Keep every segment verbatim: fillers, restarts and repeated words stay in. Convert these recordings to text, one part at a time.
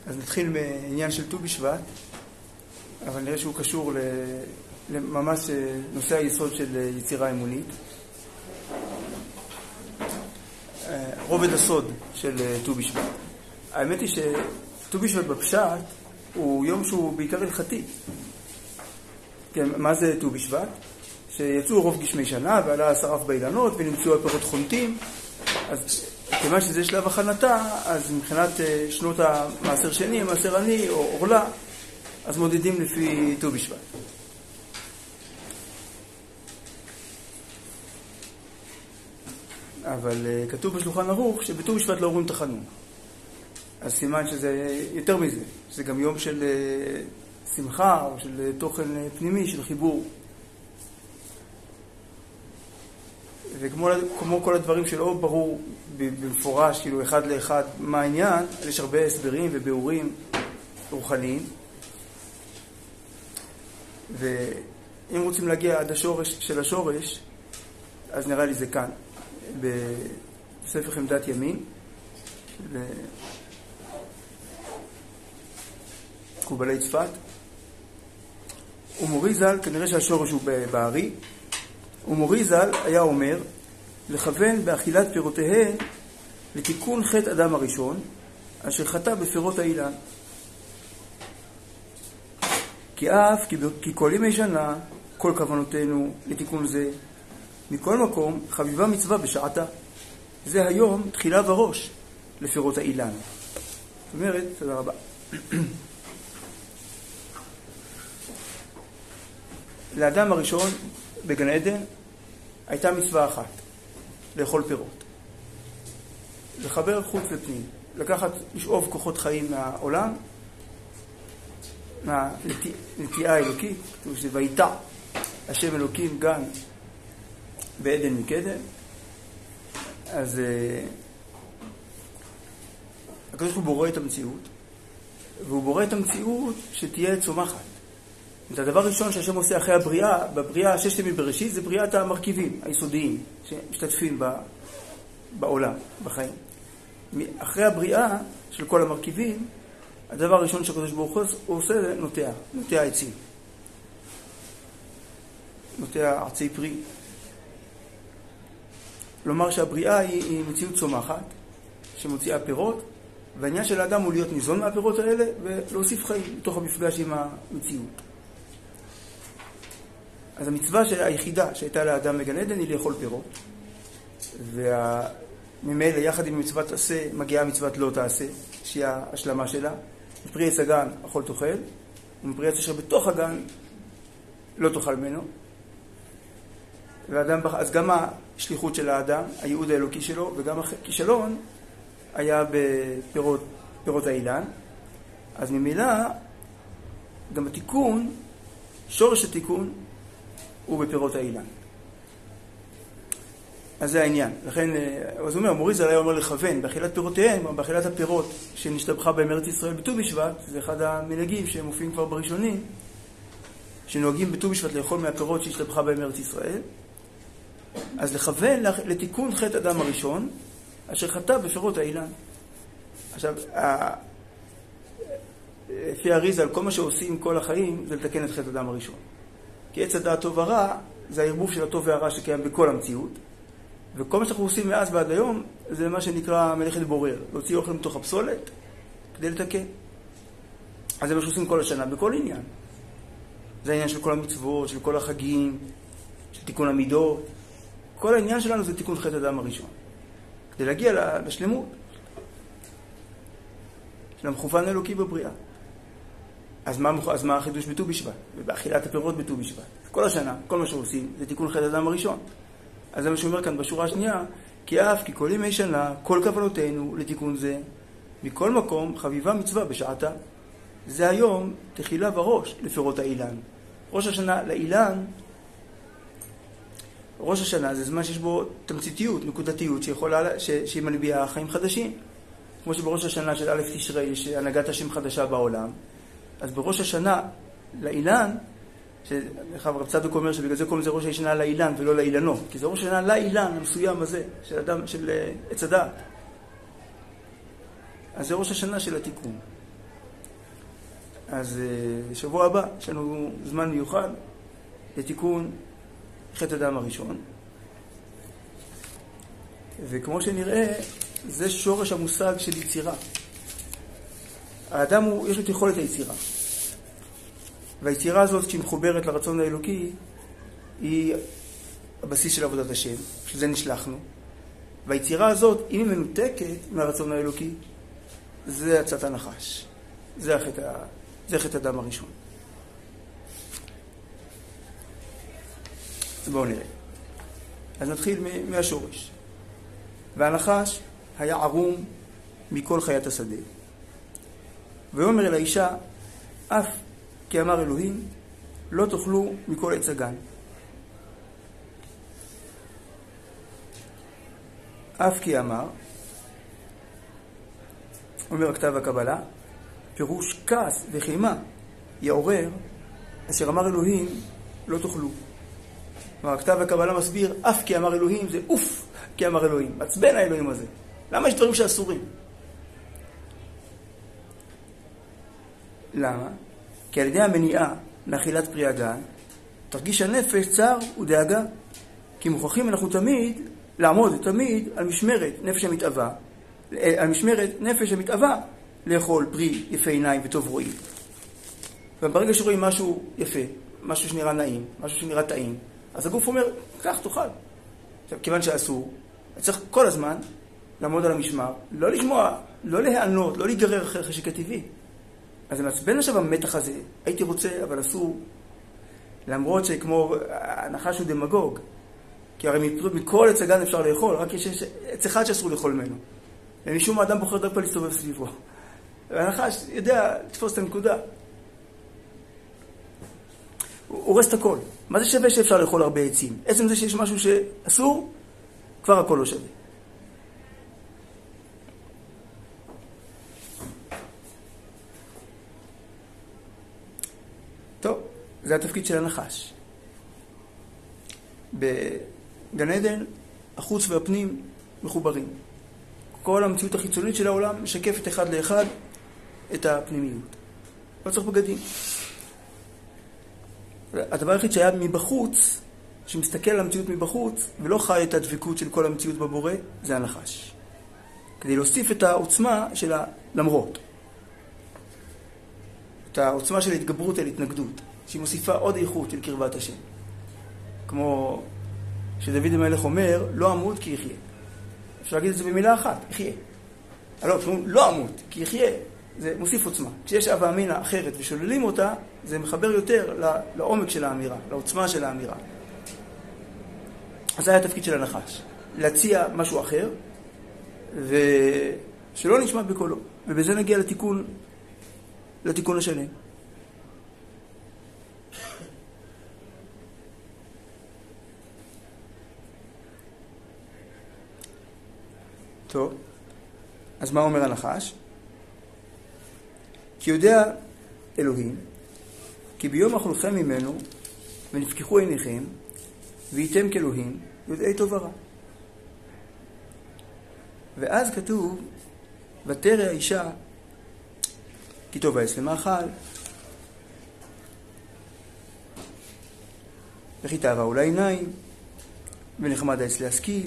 אז נתחיל מעניין של ט"ו בשבט, אבל נראה שהוא קשור לממש נושא היסוד של יצירה אמונית. רובד הסוד של ט"ו בשבט. האמת היא שט"ו בשבט בפשט הוא יום שהוא בעיקר הלכתי. כן, מה זה ט"ו בשבט? שיצאו רוב גשמי שנה ועלה השרף באילנות ונמצאו הפירות חונטים. אז כיוון שזה שלב הכנתה, אז מבחינת שנות המעשר שני, מעשר עני או אורלה, אז מודדים לפי ט"ו בשבט. אבל כתוב בשולחן ערוך שבט"ו בשבט לא אומרים תחנון. אז סימן שזה יותר מזה, שזה גם יום של שמחה או של תוכן פנימי, של חיבור. וכמו כמו כל הדברים שלא ברור במפורש, כאילו אחד לאחד מה העניין, יש הרבה הסברים וביאורים רוחניים. ואם רוצים להגיע עד השורש של השורש, אז נראה לי זה כאן, בספר חמדת ימין, קובלי צפת. ומורי ז"ל, כנראה שהשורש הוא בארי, ומורי ז"ל היה אומר לכוון באכילת פירותיהם לתיקון חטא אדם הראשון אשר חטא בפירות האילן. כי אף כי, כי כל ימי שנה כל כוונותינו לתיקון זה, מכל מקום חביבה מצווה בשעתה. זה היום תחילה וראש לפירות האילן. זאת אומרת, תודה רבה. לאדם הראשון בגן עדן הייתה מצווה אחת, לאכול פירות. לחבר חוץ ופנים, לקחת, לשאוב כוחות חיים מהעולם, מהנטיעה האלוקית, כתוב שזה ויטע השם אלוקים גן בעדן מקדם. אז הקדוש ברוך הוא בורא את המציאות, והוא בורא את המציאות שתהיה צומחת. את הדבר הראשון שהשם עושה אחרי הבריאה, בבריאה הששת ימים בראשית, זה בריאת המרכיבים היסודיים שמשתתפים בעולם, בחיים. אחרי הבריאה של כל המרכיבים, הדבר הראשון שהקדוש ברוך הוא עושה זה נוטע, נוטע עצים. נוטע עצי פרי. לומר שהבריאה היא, היא מציאות צומחת, שמוציאה פירות, והעניין של האדם הוא להיות ניזון מהפירות האלה, ולהוסיף חיים בתוך המפגש עם המציאות. אז המצווה היחידה שהייתה לאדם בגן עדן היא לאכול פירות. וממילא יחד עם מצוות עשה מגיעה מצוות לא תעשה, שהיא ההשלמה שלה. מפרי עץ הגן אכול תאכל, ומפרי עץ אשר בתוך הגן לא תאכל ממנו. ואדם, אז גם השליחות של האדם, הייעוד האלוקי שלו, וגם הכישלון היה בפירות פירות האילן. אז ממילא גם התיקון, שורש התיקון, הוא בפירות האילן. אז זה העניין. לכן, אז הוא אומר, מורי ז"ל היה אומר לכוון, באכילת פירותיהם, באכילת הפירות שנשתבחה בהם ארץ ישראל בט"ו בשבט, זה אחד המנהגים שהם מופיעים כבר בראשונים, שנוהגים בט"ו בשבט לאכול מהפירות שהשתבחה בהם ארץ ישראל. אז לכוון לתיקון חטא אדם הראשון, אשר חטא בפירות האילן. עכשיו, לפי האריז"ל, כל מה שעושים כל החיים זה לתקן את חטא אדם הראשון. כי עץ הדעת טוב ורע זה הערבוב של הטוב והרע שקיים בכל המציאות, וכל מה שאנחנו עושים מאז ועד היום זה מה שנקרא מלאכת בורר, להוציא אוכל מתוך הפסולת כדי לתקן. אז זה מה שעושים כל השנה בכל עניין. זה העניין של כל המצוות, של כל החגים, של תיקון המידות. כל העניין שלנו זה תיקון חטא אדם הראשון, כדי להגיע לשלמות של המכוון האלוקי בבריאה. אז מה, אז מה החידוש בט"ו בשבט? ובאכילת הפירות בט"ו בשבט. כל השנה, כל מה שעושים, זה תיקון חטא אדם הראשון. אז זה מה שאומר כאן בשורה השנייה, כי אף כי כל ימי שנה, כל כוונותינו לתיקון זה, מכל מקום חביבה מצווה בשעתה. זה היום תחילה וראש לפירות האילן. ראש השנה לאילן, ראש השנה זה זמן שיש בו תמציתיות, נקודתיות, שיכולה, ש, שהיא מלביאה חיים חדשים. כמו שבראש השנה של א' תשרי יש הנהגת השם חדשה בעולם, אז בראש השנה לאילן, שרב צדוק אומר שבגלל זה קוראים לזה ראש השנה לאילן ולא לאילנות, כי זה ראש השנה לאילן המסוים הזה, של אדם, של עץ הדעת. אז זה ראש השנה של התיקון. אז שבוע הבא יש לנו זמן מיוחד לתיקון חטא אדם הראשון. וכמו שנראה, זה שורש המושג של יצירה. האדם הוא, יש לו את יכולת היצירה. והיצירה הזאת, כשהיא מחוברת לרצון האלוקי, היא הבסיס של עבודת השם, שזה נשלחנו. והיצירה הזאת, אם היא מנותקת מהרצון האלוקי, זה הצעת הנחש. זה החטא, זה חטא אדם הראשון. בואו נראה. אז נתחיל מהשורש. והנחש היה ערום מכל חיית השדה. ויאמר אל האישה, אף כי אמר אלוהים, לא תאכלו מכל עץ הגן. אף כי אמר, אומר הכתב הקבלה, פירוש כעס וחימה יעורר, אשר אמר אלוהים, לא תאכלו. כלומר, הכתב הקבלה מסביר, אף כי אמר אלוהים, זה אוף כי אמר אלוהים. עצבן האלוהים הזה. למה יש דברים שאסורים? למה? כי על ידי המניעה מאכילת פרי הגן, תרגיש הנפש צער ודאגה. כי מוכרחים אנחנו תמיד לעמוד תמיד על משמרת נפש המתאווה, על משמרת נפש המתאווה לאכול פרי יפה עיניים וטוב רואים. וברגע שרואים משהו יפה, משהו שנראה נעים, משהו שנראה טעים, אז הגוף אומר, כך תאכל. עכשיו, כיוון שאסור, צריך כל הזמן לעמוד על המשמר, לא לשמוע, לא להיענות, לא להיגרר אחרי חשק הטבעי. אז זה מעצבן עכשיו המתח הזה, הייתי רוצה, אבל אסור. למרות שכמו הנחש הוא דמגוג, כי הרי מכל עץ הגן אפשר לאכול, רק יש עץ אחד שאסור לאכול ממנו. ומשום האדם בוחר דווקא להסתובב סביבו. והנחש יודע לתפוס את הנקודה. הוא הורס את הכל. מה זה שווה שאפשר לאכול הרבה עצים? עצם זה שיש משהו שאסור, כבר הכל לא שווה. טוב, זה התפקיד של הנחש. בגן עדן, החוץ והפנים מחוברים. כל המציאות החיצונית של העולם משקפת אחד לאחד את הפנימיות. לא צריך בגדים. הדבר היחיד שהיה מבחוץ, שמסתכל על המציאות מבחוץ, ולא חי את הדבקות של כל המציאות בבורא, זה הנחש. כדי להוסיף את העוצמה של הלמרות. את העוצמה של התגברות על התנגדות, שהיא מוסיפה עוד איכות של קרבת השם. כמו שדוד המלך אומר, לא אמות כי יחיה. אפשר להגיד את זה במילה אחת, יחיה. לא, כשאומרים לא אמות כי יחיה, זה מוסיף עוצמה. כשיש אהבה אמינה אחרת ושוללים אותה, זה מחבר יותר לעומק של האמירה, לעוצמה של האמירה. אז זה היה התפקיד של הנחש. להציע משהו אחר, ושלא נשמע בקולו. ובזה נגיע לתיקון, לתיקון השלם. טוב, אז מה אומר הנחש? כי יודע אלוהים, כי ביום אכולכם ממנו, ונפקחו עיניכם, והייתם כאלוהים, יודעי טוב ורע. ואז כתוב, ותרא האישה, כי טוב העץ למאכל, וכי תאווה הוא לעיניים, ונחמד העץ להשכיל.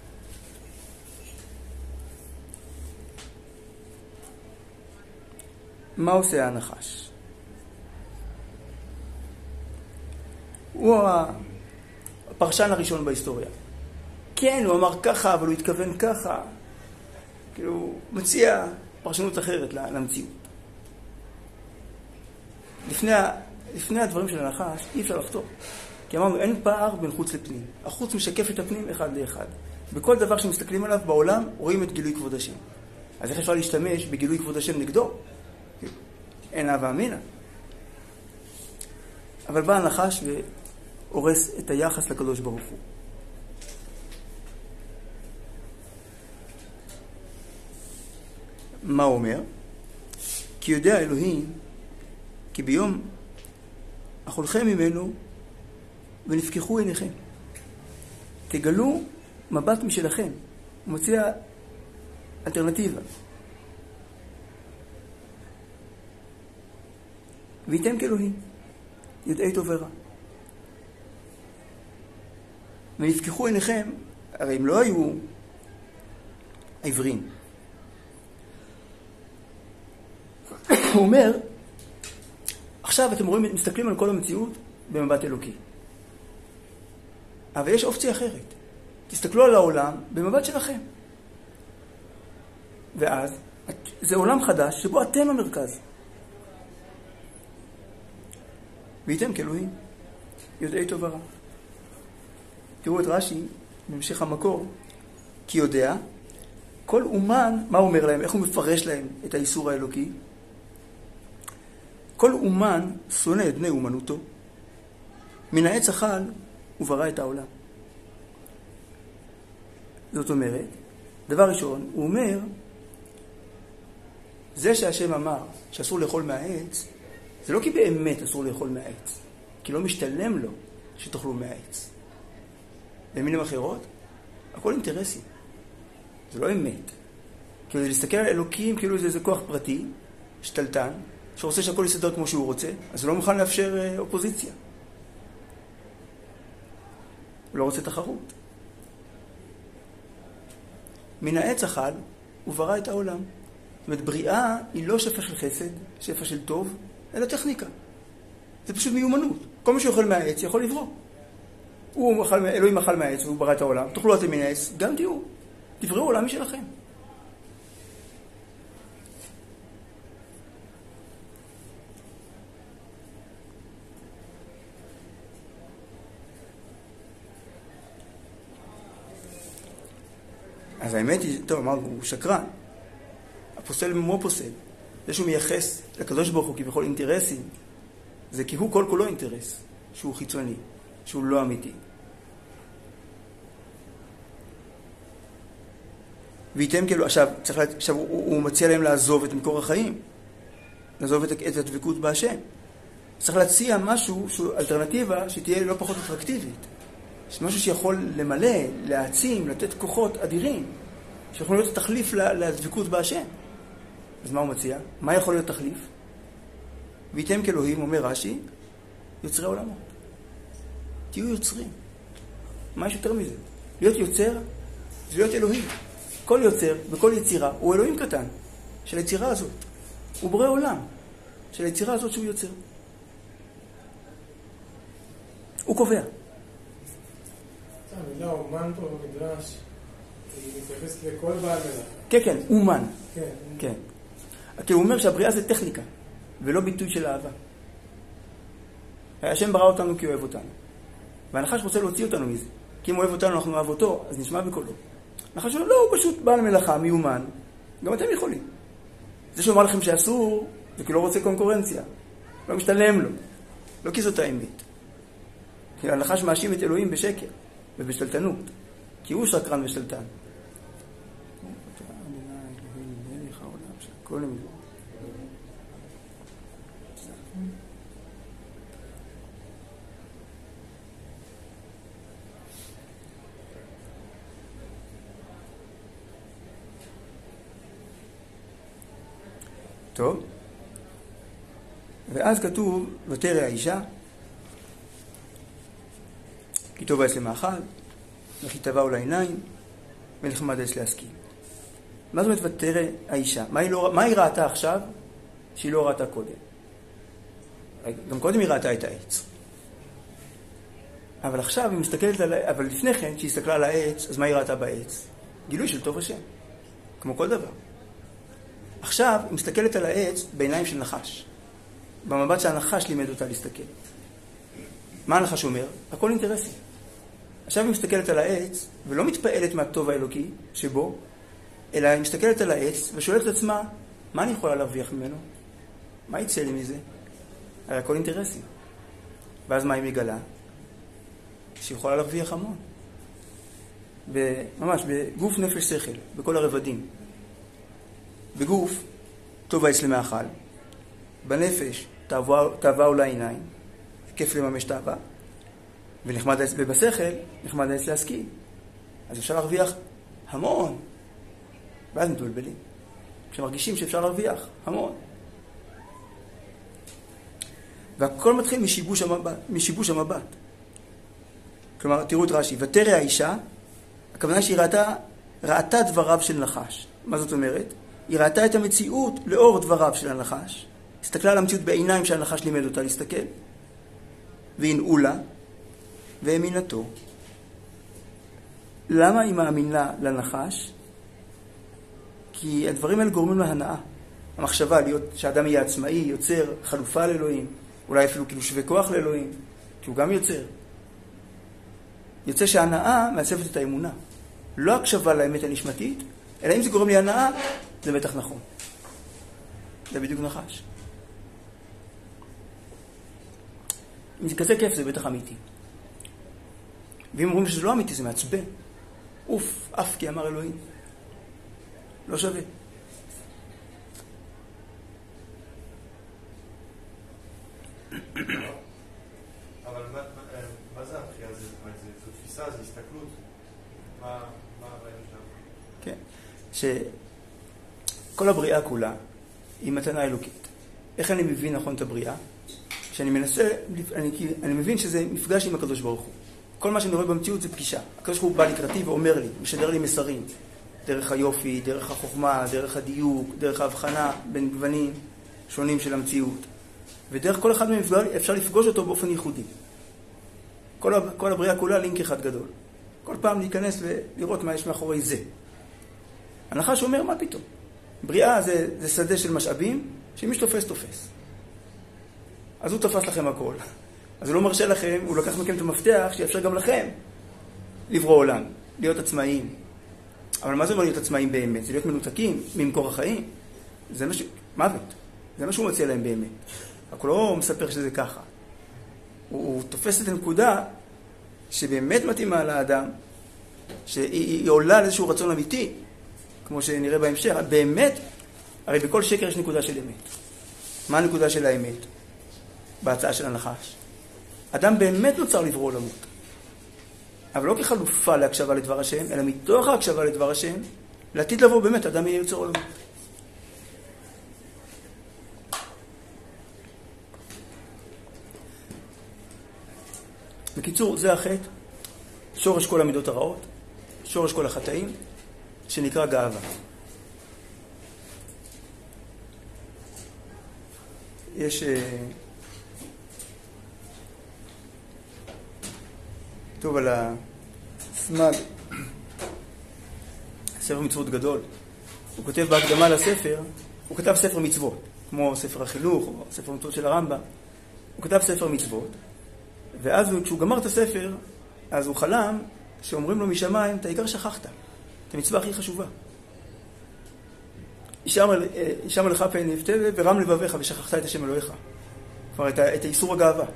מה עושה הנחש? הוא הפרשן הראשון בהיסטוריה. כן, הוא אמר ככה, אבל הוא התכוון ככה. כאילו, הוא מציע פרשנות אחרת למציאות. לפני, לפני הדברים של הנחש, אי אפשר לחתור. כי אמרנו, אין פער בין חוץ לפנים. החוץ משקף את הפנים אחד לאחד. בכל דבר שמסתכלים עליו בעולם, רואים את גילוי כבוד השם. אז איך אפשר להשתמש בגילוי כבוד השם נגדו? אין אהבה אמינה. אבל בא הנחש והורס את היחס לקדוש ברוך הוא. מה הוא אומר? כי יודע אלוהים, כי ביום אכולכם ממנו ונפקחו עיניכם. תגלו מבט משלכם. הוא מציע אלטרנטיבה. וייתם כאלוהים, יודעי טוב ורע. ונפקחו עיניכם, הרי הם לא היו עיוורים. הוא אומר, עכשיו אתם רואים, מסתכלים על כל המציאות במבט אלוקי. אבל יש אופציה אחרת. תסתכלו על העולם במבט שלכם. ואז, זה עולם חדש שבו אתם המרכז. וייתם כאלוהים, יודעי טוב ורע. תראו את רש"י, בהמשך המקור, כי יודע, כל אומן, מה הוא אומר להם, איך הוא מפרש להם את האיסור האלוקי? כל אומן שונא את בני אומנותו, מן העץ אכל וברא את העולם. זאת אומרת, דבר ראשון, הוא אומר, זה שהשם אמר שאסור לאכול מהעץ, זה לא כי באמת אסור לאכול מהעץ, כי לא משתלם לו שתאכלו מהעץ. במילים אחרות, הכל אינטרסי. זה לא אמת. כאילו זה להסתכל על אלוקים כאילו זה איזה כוח פרטי, שתלטן, שרוצה שהכל יסדר כמו שהוא רוצה, אז הוא לא מוכן לאפשר אה, אופוזיציה. הוא לא רוצה תחרות. מן העץ אכל וברא את העולם. זאת אומרת, בריאה היא לא שפע של חסד, שפע של טוב, אלא טכניקה. זה פשוט מיומנות. כל מי שאוכל מהעץ יכול לברוא. הוא אכל, אלוהים אכל מהעץ והוא ברא את העולם. תאכלו אתם מן העץ, גם תהיו. תבראו עולם משלכם. אז האמת היא, טוב, אמרנו, הוא שקרן. הפוסל מו פוסל. זה שהוא מייחס לקדוש ברוך הוא כביכול אינטרסים, זה כי הוא כל כולו אינטרס, שהוא חיצוני, שהוא לא אמיתי. וייתם כאילו, עכשיו, צריך לה, עכשיו הוא, הוא מציע להם לעזוב את מקור החיים, לעזוב את, את הדבקות בהשם. צריך להציע משהו, שהוא אלטרנטיבה, שתהיה לא פחות אטרקטיבית. משהו שיכול למלא, להעצים, לתת כוחות אדירים, שיכול להיות תחליף לדבקות בהשם. אז מה הוא מציע? מה יכול להיות תחליף? וייתם כאלוהים, אומר רש"י, יוצרי עולמות. תהיו יוצרים. מה יש יותר מזה? להיות יוצר זה להיות אלוהים. כל יוצר וכל יצירה הוא אלוהים קטן של היצירה הזאת. הוא בורא עולם של היצירה הזאת שהוא יוצר. הוא קובע. המילה אומן פה במדרש, היא מתייחסת לכל בעל מלאכה. כן, כן, אומן. כן. כן. כי הוא אומר שהבריאה זה טכניקה, ולא ביטוי של אהבה. השם ברא אותנו כי הוא אוהב אותנו. והנחש רוצה להוציא אותנו מזה. כי אם הוא אוהב אותנו, אנחנו אוהב אותו, אז נשמע בקולו. הנחש אומר, לא, הוא פשוט בעל מלאכה, מיומן. גם אתם יכולים. זה שהוא אמר לכם שאסור, זה כי לא רוצה קונקורנציה. לא משתלם לו. לא כי זאת האמת. כי הנחש מאשים את אלוהים בשקר ובשתלטנות. כי הוא שקרן ושתלטן. כל המזור. טוב. ואז כתוב, ותרא האישה, כי טוב העץ למאכל, וכי טבעו לעיניים, ונחמד העץ להשכיל. מה זאת אומרת ותרא האישה? מה היא, לא, מה היא ראתה עכשיו שהיא לא ראתה קודם? גם קודם היא ראתה את העץ. אבל עכשיו היא מסתכלת על העץ, אבל לפני כן, כשהיא הסתכלה על העץ, אז מה היא ראתה בעץ? גילוי של טוב השם, כמו כל דבר. עכשיו היא מסתכלת על העץ בעיניים של נחש. במבט שהנחש לימד אותה להסתכל. מה הנחש אומר? הכל אינטרסי. עכשיו היא מסתכלת על העץ, ולא מתפעלת מהטוב האלוקי שבו, אלא היא מסתכלת על העץ ושואלת את עצמה, מה אני יכולה להרוויח ממנו? מה יצא לי מזה? הרי הכל אינטרסי. ואז מה היא מגלה? שהיא יכולה להרוויח המון. ממש, בגוף נפש שכל, בכל הרבדים. בגוף, טוב העץ למאכל. בנפש, תאווה עולה עיניים. כיף לממש תאווה. ונחמד העץ, ובשכל, נחמד העץ להשכיל. אז אפשר להרוויח המון. ואז מתבלבלים. כשמרגישים שאפשר להרוויח המון. והכל מתחיל משיבוש המבט. משיבוש המבט. כלומר, תראו את רש"י, ותרא האישה, הכוונה שהיא ראתה, ראתה דבריו של נחש. מה זאת אומרת? היא ראתה את המציאות לאור דבריו של הנחש, הסתכלה על המציאות בעיניים שהנחש לימד אותה להסתכל, והנעו לה, והאמינתו. למה היא מאמינה לנחש? כי הדברים האלה גורמים להנאה. המחשבה להיות שהאדם יהיה עצמאי, יוצר חלופה לאלוהים, אולי אפילו כאילו שווה כוח לאלוהים, כי הוא גם יוצר. יוצא שההנאה מעצבת את האמונה. לא הקשבה לאמת הנשמתית, אלא אם זה גורם לי הנאה, זה בטח נכון. זה בדיוק נחש. אם זה כזה כיף, זה בטח אמיתי. ואם אומרים שזה לא אמיתי, זה מעצבן. אוף, אף כי אמר אלוהים. לא שווה. אבל מה זה הבחייה הזה? זו תפיסה, זו הסתכלות? מה הרעיון שם? כן. שכל הבריאה כולה היא מתנה אלוקית. איך אני מבין נכון את הבריאה? שאני מנסה, אני, אני מבין שזה מפגש עם הקדוש ברוך הוא. כל מה שאני רואה במציאות זה פגישה. הקדוש ברוך הוא בא לקראתי ואומר לי, משדר לי מסרים. דרך היופי, דרך החוכמה, דרך הדיוק, דרך ההבחנה בין גוונים שונים של המציאות. ודרך כל אחד מהם אפשר לפגוש אותו באופן ייחודי. כל, כל הבריאה כולה לינק אחד גדול. כל פעם להיכנס ולראות מה יש מאחורי זה. הנחש אומר, מה פתאום? בריאה זה, זה שדה של משאבים, שמי שתופס תופס. אז הוא תופס לכם הכל. אז הוא לא מרשה לכם, הוא לקח מכם את המפתח שיאפשר גם לכם לברוא עולם, להיות עצמאיים. אבל מה זה אומר להיות עצמאיים באמת? זה להיות מנותקים ממקור החיים. זה משהו, מוות. זה מה שהוא מציע להם באמת. הכל לא מספר שזה ככה. הוא, הוא תופס את הנקודה שבאמת מתאימה לאדם, שהיא היא עולה על איזשהו רצון אמיתי, כמו שנראה בהמשך. באמת, הרי בכל שקר יש נקודה של אמת. מה הנקודה של האמת? בהצעה של הנחש. אדם באמת נוצר לברוא עולמות. אבל לא כחלופה להקשבה לדבר השם, אלא מתוך ההקשבה לדבר השם, לעתיד לבוא באמת, אדם יהיה יוצר עולמות. בקיצור, זה החטא, שורש כל המידות הרעות, שורש כל החטאים, שנקרא גאווה. יש... טוב, על הסמג, ספר מצוות גדול. הוא כותב בהקדמה לספר, הוא כתב ספר מצוות, כמו ספר החינוך, או ספר מצוות של הרמב"ם. הוא כתב ספר מצוות, ואז כשהוא גמר את הספר, אז הוא חלם שאומרים לו משמיים, אתה העיקר שכחת, את המצווה הכי חשובה. ישם עליך פן יפתה ורם לבביך ושכחת את השם אלוהיך. כבר את, את האיסור הגאווה.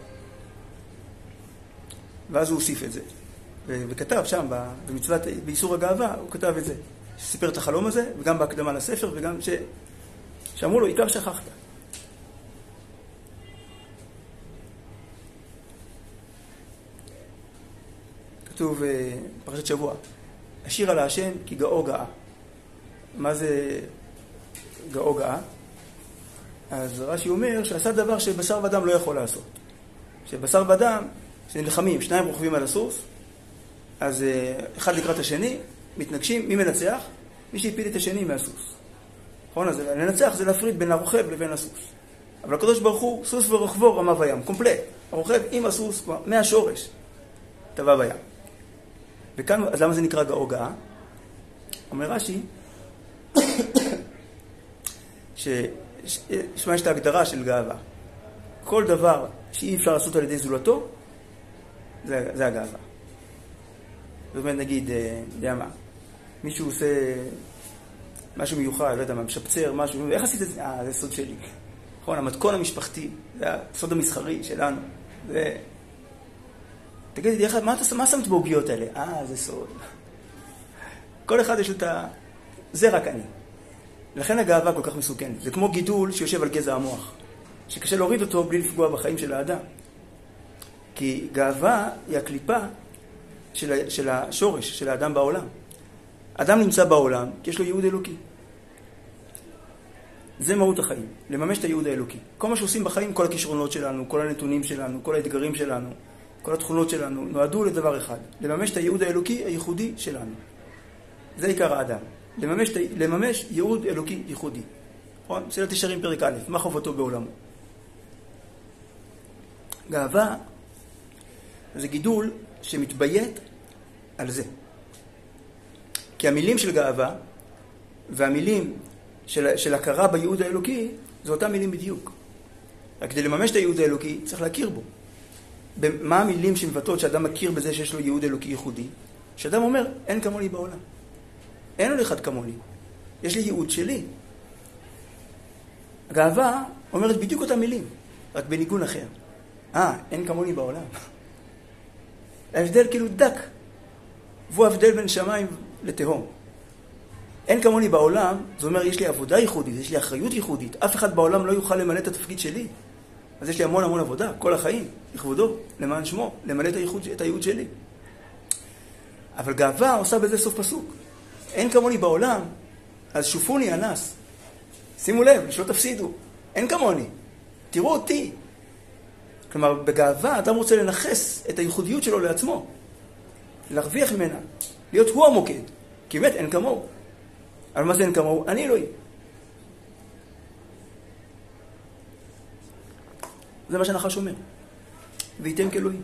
ואז הוא הוסיף את זה. וכתב שם, במצוות, באיסור הגאווה, הוא כתב את זה. סיפר את החלום הזה, וגם בהקדמה לספר, וגם ש... שאמרו לו, עיקר שכחת. כתוב פרשת שבוע, השיר על השם כי גאו גאה. מה זה גאו גאה? אז רש"י אומר שעשה דבר שבשר ודם לא יכול לעשות. שבשר ודם, שנלחמים, שניים רוכבים על הסוס, אז אחד לקראת השני, מתנגשים, מי מנצח? מי שהפיל את השני מהסוס. נכון? אז לנצח זה להפריד בין הרוכב לבין הסוס. אבל הקדוש ברוך הוא, סוס ורוכבו רמה בים, קומפלט. הרוכב עם הסוס, מהשורש, טבע בים. וכאן, אז למה זה נקרא גאו גאה? אומר רש"י, ששמע יש את ההגדרה של גאווה. כל דבר שאי אפשר לעשות על ידי זולתו, זה, זה הגאווה. זאת אומרת, נגיד, יודע מה, מישהו עושה משהו מיוחד, לא יודע מה, משפצר משהו, איך עשית את זה? אה, זה סוד שלי. נכון, המתכון המשפחתי, זה הסוד המסחרי שלנו. זה... תגידי, מה, מה שמת בעוגיות האלה? אה, זה סוד. כל אחד יש לו את ה... זה רק אני. לכן הגאווה כל כך מסוכנת. זה כמו גידול שיושב על גזע המוח, שקשה להוריד אותו בלי לפגוע בחיים של האדם. כי גאווה היא הקליפה של, של השורש, של האדם בעולם. אדם נמצא בעולם כי יש לו ייעוד אלוקי. זה מהות החיים, לממש את הייעוד האלוקי. כל מה שעושים בחיים, כל הכישרונות שלנו, כל הנתונים שלנו, כל האתגרים שלנו, כל התכונות שלנו, נועדו לדבר אחד, לממש את הייעוד האלוקי הייחודי שלנו. זה עיקר האדם, לממש, לממש ייעוד אלוקי ייחודי. נכון? מסילת ישרים פרק א', מה חובתו בעולמו? גאווה זה גידול שמתביית על זה. כי המילים של גאווה והמילים של, של הכרה בייעוד האלוקי, זה אותם מילים בדיוק. רק כדי לממש את הייעוד האלוקי, צריך להכיר בו. מה המילים שמבטאות שאדם מכיר בזה שיש לו ייעוד אלוקי ייחודי? שאדם אומר, אין כמוני בעולם. אין עוד אחד כמוני. יש לי ייעוד שלי. הגאווה אומרת בדיוק אותם מילים, רק בניגון אחר. אה, אין כמוני בעולם. ההבדל כאילו דק. והוא ההבדל בין שמיים לתהום. אין כמוני בעולם, זה אומר, יש לי עבודה ייחודית, יש לי אחריות ייחודית. אף אחד בעולם לא יוכל למלא את התפקיד שלי. אז יש לי המון המון עבודה, כל החיים, לכבודו, למען שמו, למלא את הייחוד, את הייעוד שלי. אבל גאווה עושה בזה סוף פסוק. אין כמוני בעולם, אז שופוני אנס. שימו לב, שלא תפסידו. אין כמוני. תראו אותי. כלומר, בגאווה אדם רוצה לנחס את הייחודיות שלו לעצמו. להרוויח ממנה. להיות הוא המוקד. כי באמת אין כמוהו. אבל מה זה אין כמוהו? אני אלוהים. זה מה שהנחש אומר. וייתם כאלוהים.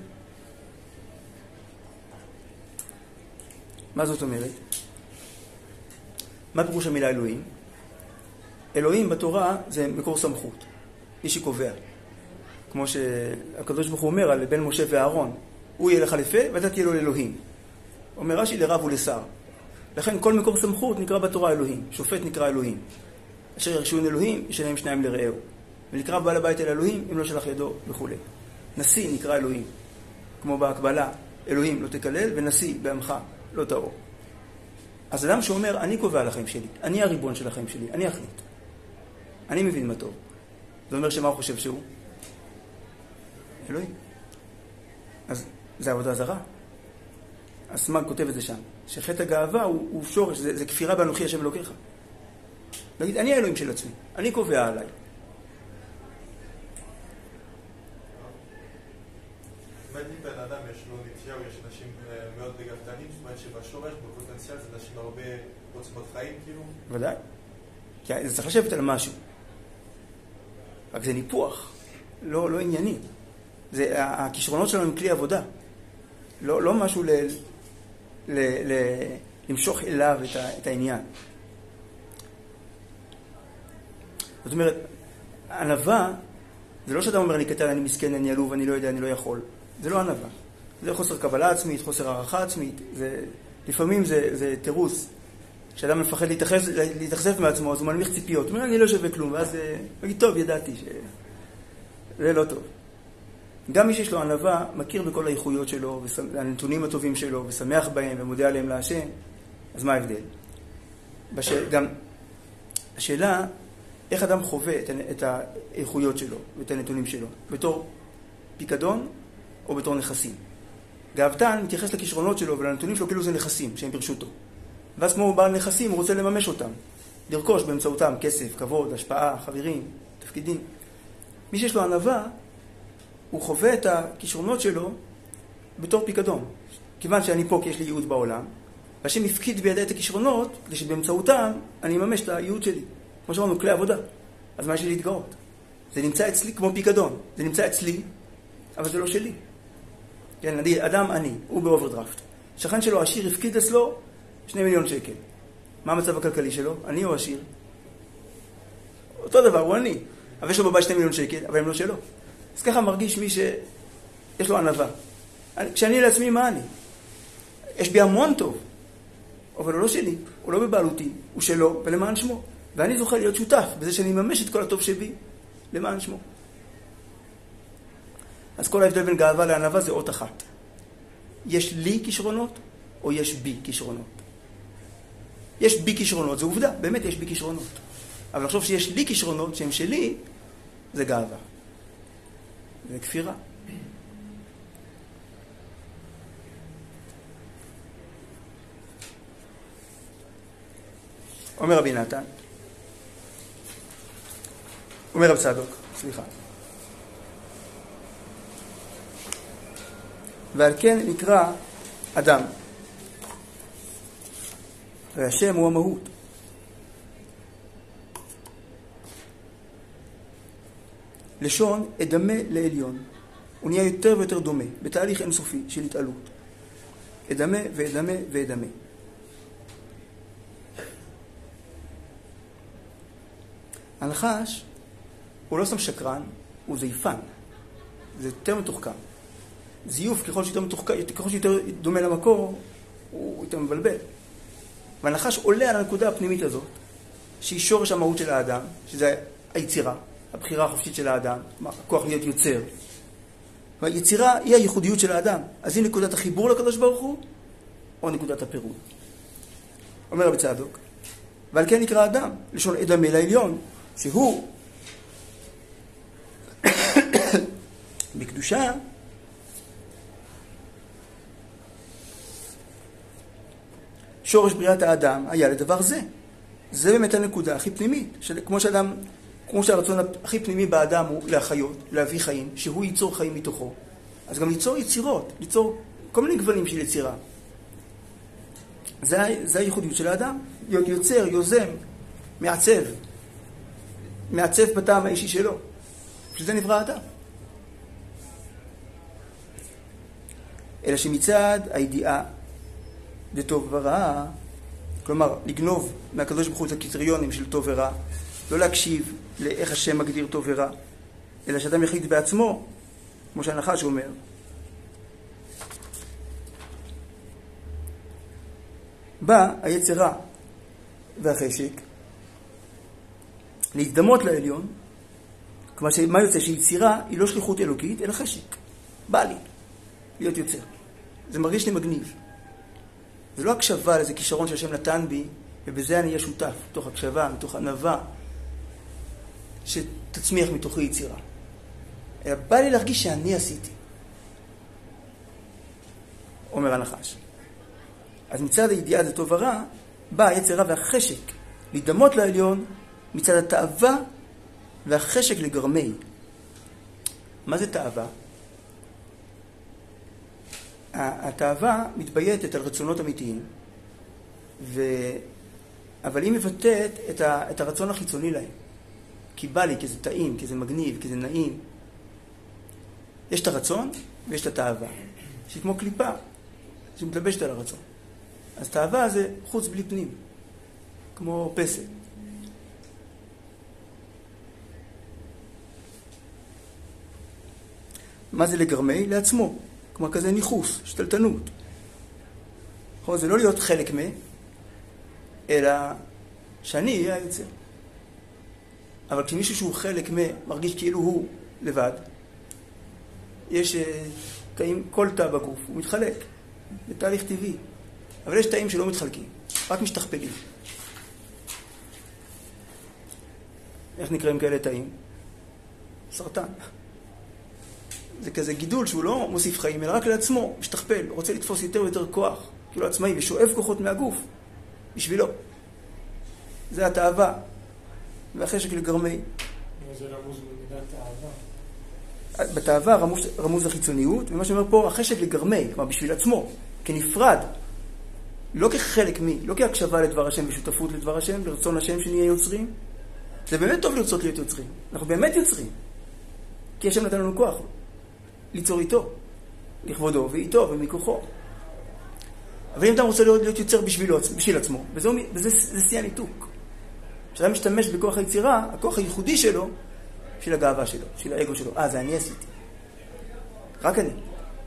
מה זאת אומרת? מה פירוש המילה אלוהים? אלוהים בתורה זה מקור סמכות. מי שקובע. כמו שהקדוש ברוך הוא אומר על בן משה ואהרון. הוא יהיה לך לפה ואתה תהיה לו לאלוהים. אומר רש"י לרב ולשר. לכן כל מקור סמכות נקרא בתורה אלוהים. שופט נקרא אלוהים. אשר ירשון אלוהים יש להם שניים לרעהו. ונקרא בעל הבית אל אלוהים אם לא שלח ידו וכו'. נשיא נקרא אלוהים. כמו בהקבלה, אלוהים לא תקלל ונשיא בעמך לא תאור. אז אדם שאומר, אני קובע על החיים שלי, אני הריבון של החיים שלי, אני אחליט. אני מבין מה טוב. זה אומר שמה הוא חושב שהוא? אלוהים. אז זה עבודה זרה. הסמ"ג כותב את זה שם. שחטא הגאווה הוא, הוא שורש, זה, זה כפירה באנוכי השם אלוקיך. להגיד, אני האלוהים של עצמי, אני קובע עליי. אם בן אדם יש לו נטייה, יש אנשים מאוד גאוותנים, זאת אומרת שבשורש, בפוטנציאל, זה אנשים הרבה עוצמות חיים, כאילו? ודאי. כי זה צריך לשבת על משהו. רק זה ניפוח, לא, לא ענייני. זה, הכישרונות שלנו הם כלי עבודה. לא, לא משהו ל, ל, ל, למשוך אליו את, ה, את העניין. זאת אומרת, ענווה, זה לא שאתה אומר, אני קטן, אני מסכן, אני עלוב, אני לא יודע, אני לא יכול. זה לא ענווה. זה חוסר קבלה עצמית, חוסר הערכה עצמית. זה, לפעמים זה, זה תירוץ. כשאדם מפחד להתאכזב מעצמו, אז הוא מנמיך ציפיות. הוא אומר, אני לא שווה כלום. ואז הוא יגיד, טוב, ידעתי שזה לא טוב. גם מי שיש לו ענווה, מכיר בכל האיכויות שלו, והנתונים הטובים שלו, ושמח בהם, ומודה עליהם להשם. אז מה ההבדל? בש... גם השאלה, איך אדם חווה את האיכויות שלו, ואת הנתונים שלו, בתור פיקדון, או בתור נכסים. גאוותן מתייחס לכישרונות שלו ולנתונים שלו כאילו זה נכסים שהם ברשותו. ואז כמו הוא בעל נכסים, הוא רוצה לממש אותם. לרכוש באמצעותם כסף, כבוד, השפעה, חברים, תפקידים. מי שיש לו ענווה, הוא חווה את הכישרונות שלו בתור פיקדון. כיוון שאני פה כי יש לי ייעוד בעולם, והשם הפקיד בידי את הכישרונות, כדי שבאמצעותם אני אממש את הייעוד שלי. כמו שאמרנו, כלי עבודה. אז מה יש לי להתגאות? זה נמצא אצלי כמו פיקדון. זה נמצא אצלי, אבל זה לא שלי. כן, נגיד, אדם עני, הוא באוברדרפט. שכן שלו עשיר הפקיד אצלו שני מיליון שקל. מה המצב הכלכלי שלו? עני או עשיר? אותו דבר, הוא עני. אבל יש לו בבית שני מיליון שקל, אבל הם לא שלו. אז ככה מרגיש מי שיש לו ענווה. כשאני לעצמי, מה אני? יש בי המון טוב, אבל הוא לא שלי, הוא לא בבעלותי, הוא שלו ולמען שמו. ואני זוכה להיות שותף בזה שאני ממש את כל הטוב שבי למען שמו. אז כל ההבדל בין גאווה לענווה זה אות אחת. יש לי כישרונות או יש בי כישרונות? יש בי כישרונות, זו עובדה, באמת יש בי כישרונות. אבל לחשוב שיש לי כישרונות שהם שלי, זה גאווה. זה כפירה. אומר רבי נתן, אומר רב צדוק, סליחה. ועל כן נקרא אדם. והשם הוא המהות. לשון אדמה לעליון. הוא נהיה יותר ויותר דומה, בתהליך אינסופי של התעלות. אדמה ואדמה ואדמה. הנחש הוא לא סתם שקרן, הוא זייפן. זה יותר מתוחכם. זיוף, ככל שיותר מתוחכם, ככל שיותר דומה למקור, הוא יותר מבלבל. והנחש עולה על הנקודה הפנימית הזאת, שהיא שורש המהות של האדם, שזה היצירה, הבחירה החופשית של האדם, הכוח להיות יוצר. והיצירה היא הייחודיות של האדם. אז היא נקודת החיבור לקדוש ברוך הוא, או נקודת הפירוד. אומר רבי צדוק, ועל כן נקרא אדם, לשון אדמה לעליון, שהוא בקדושה שורש בריאת האדם היה לדבר זה. זה באמת הנקודה הכי פנימית, של, כמו שאדם, כמו שהרצון הכי פנימי באדם הוא להחיות, להביא חיים, שהוא ייצור חיים מתוכו. אז גם ליצור יצירות, ליצור כל מיני גוונים של יצירה. זה, זה הייחודיות של האדם, להיות יוצר, יוזם, מעצב, מעצב בטעם האישי שלו. שזה נברא האדם. אלא שמצד הידיעה לטוב ורע, כלומר, לגנוב מהקדוש ברוך הוא את הקריטריונים של טוב ורע, לא להקשיב לאיך השם מגדיר טוב ורע, אלא שאדם יחליט בעצמו, כמו שהנחש אומר. בא היצר רע והחשק להזדמות לעליון, כלומר, מה יוצא? שיצירה היא לא שליחות אלוקית, אלא חשק. בא לי להיות יוצר. זה מרגיש לי מגניב. זה לא הקשבה לאיזה כישרון שהשם נתן בי, ובזה אני אהיה שותף, מתוך הקשבה, מתוך ענווה, שתצמיח מתוכי יצירה. אלא בא לי להרגיש שאני עשיתי. אומר הנחש. אז מצד הידיעה זה טוב ורע, בא היצר רע והחשק להידמות לעליון, מצד התאווה והחשק לגרמי. מה זה תאווה? התאווה מתבייתת על רצונות אמיתיים, ו... אבל היא מבטאת את, ה... את הרצון החיצוני להם. כי בא לי, כי זה טעים, כי זה מגניב, כי זה נעים. יש את הרצון ויש את התאווה, שהיא כמו קליפה, שמתלבשת על הרצון. אז תאווה זה חוץ בלי פנים, כמו פסל. מה זה לגרמי? לעצמו. כמו כזה ניחוס, שתלטנות. זה לא להיות חלק מה, אלא שאני אהיה היוצר. אבל כשמישהו שהוא חלק מה, מרגיש כאילו הוא לבד, יש תאים, כל תא בגוף, הוא מתחלק, בתהליך טבעי. אבל יש תאים שלא מתחלקים, רק משתכפלים. איך נקראים כאלה תאים? סרטן. זה כזה גידול שהוא לא מוסיף חיים, אלא רק לעצמו, משתכפל, רוצה לתפוס יותר ויותר כוח, כאילו עצמאי, ושואב כוחות מהגוף, בשבילו. זה התאווה, והחשק לגרמי. זה רמוז במידת תאווה. בתאווה רמוז, רמוז החיצוניות, ומה שאומר פה, החשק לגרמי, כלומר בשביל עצמו, כנפרד, לא כחלק מי, לא כהקשבה לדבר השם ושותפות לדבר השם, לרצון השם שנהיה יוצרים. זה באמת טוב לרצות להיות יוצרים. אנחנו באמת יוצרים. כי השם נתן לנו כוח ליצור איתו, לכבודו ואיתו ומכוחו. אבל אם אדם רוצה להיות יוצר בשבילו, בשביל עצמו, וזה, וזה זה שיא הניתוק. כשאדם משתמש בכוח היצירה, הכוח הייחודי שלו, של הגאווה שלו, של האגו שלו. אה, זה אני עשיתי. רק אני.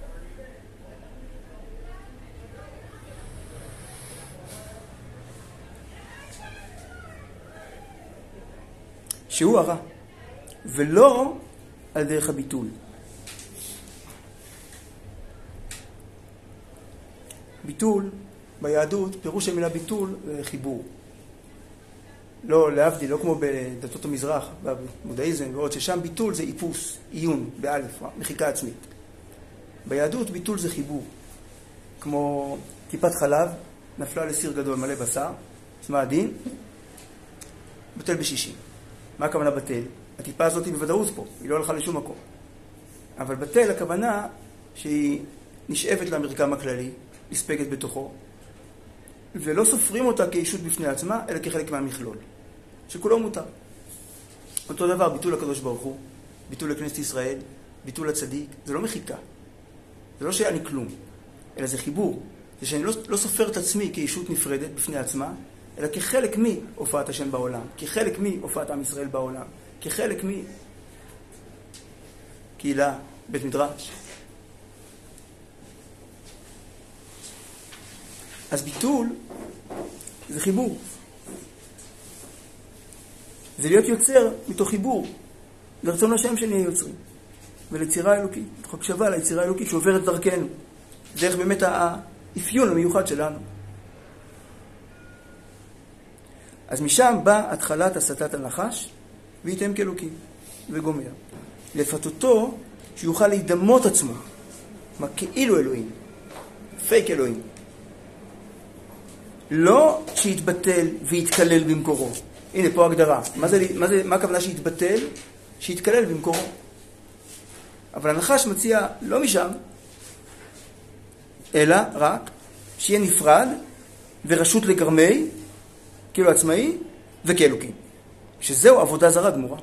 שהוא הרע, ולא על דרך הביטול. ביטול, ביהדות, פירוש המילה ביטול זה חיבור. לא להבדיל, לא כמו בדתות המזרח, במודעיזם ועוד, ששם ביטול זה איפוס, עיון, באלף, מחיקה עצמית. ביהדות ביטול זה חיבור. כמו טיפת חלב, נפלה לסיר גדול מלא בשר, אז מה הדין? בטל בשישים. מה הכוונה בטל? הטיפה הזאת היא בוודאות פה, היא לא הלכה לשום מקום. אבל בטל הכוונה שהיא נשאבת למרקם הכללי, נספגת בתוכו, ולא סופרים אותה כאישות בפני עצמה, אלא כחלק מהמכלול, שכולו מותר. אותו דבר, ביטול הקדוש ברוך הוא, ביטול לכנסת ישראל, ביטול הצדיק, זה לא מחיקה. זה לא שהיה לי כלום, אלא זה חיבור. זה שאני לא, לא סופר את עצמי כאישות נפרדת בפני עצמה, אלא כחלק מהופעת השם בעולם, כחלק מהופעת עם ישראל בעולם, כחלק מקהילה, בית מדרש. אז ביטול זה חיבור. זה להיות יוצר מתוך חיבור. לרצון השם שנהיה יוצרים. וליצירה האלוקית, מתוך הקשבה ליצירה האלוקית שעוברת דרכנו. דרך באמת האפיון המיוחד שלנו. אז משם בא התחלת הסתת הנחש, וייתם כאלוקים, וגומר. לפתותו שיוכל להידמות עצמו, מה כאילו אלוהים, פייק אלוהים. לא שיתבטל ויתקלל במקורו. הנה פה הגדרה. מה, זה, מה, זה, מה הכוונה שיתבטל? שיתקלל במקורו. אבל הנחש מציע לא משם, אלא רק שיהיה נפרד ורשות לגרמי, כאילו עצמאי, וכאלוקים. שזהו עבודה זרה גמורה.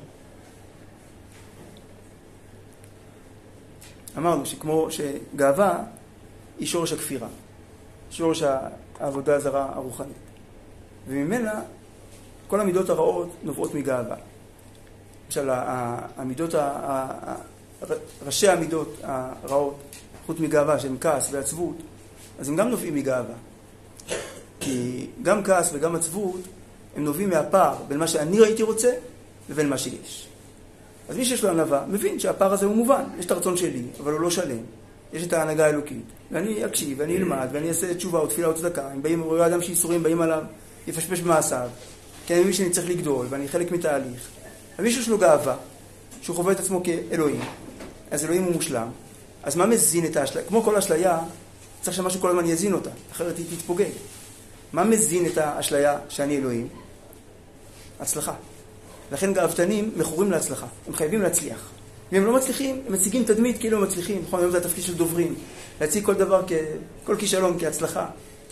אמרנו שכמו שגאווה היא שורש הכפירה. שורש העבודה הזרה הרוחנית. וממנה כל המידות הרעות נובעות מגאווה. למשל, המידות, ראשי המידות הרעות, חוץ מגאווה, שהן כעס ועצבות, אז הם גם נובעים מגאווה. כי גם כעס וגם עצבות, הם נובעים מהפער בין מה שאני הייתי רוצה לבין מה שיש. אז מי שיש לו ענווה, מבין שהפער הזה הוא מובן. יש את הרצון שלי, אבל הוא לא שלם. יש את ההנהגה האלוקית. ואני אקשיב, ואני אלמד, ואני אעשה תשובה או תפילה או צדקה. אם באים, רואה אדם שאיסורים באים עליו, יפשפש במעשיו. כי אני מבין שאני צריך לגדול, ואני חלק מתהליך. אבל מישהו יש לו גאווה, שהוא חווה את עצמו כאלוהים. אז אלוהים הוא מושלם. אז מה מזין את האשליה? כמו כל אשליה, צריך שמשהו כל הזמן יזין אותה. אחרת היא תתפוגג. מה מזין את האשליה שאני אלוהים? הצלחה. לכן גאוותנים מכורים להצלחה. הם חייבים להצליח. ואם הם לא מצליחים, הם מציגים תדמית כאילו הם מצליחים. נכון, היום זה התפקיד של דוברים. להציג כל דבר, כ... כל כישלון כהצלחה.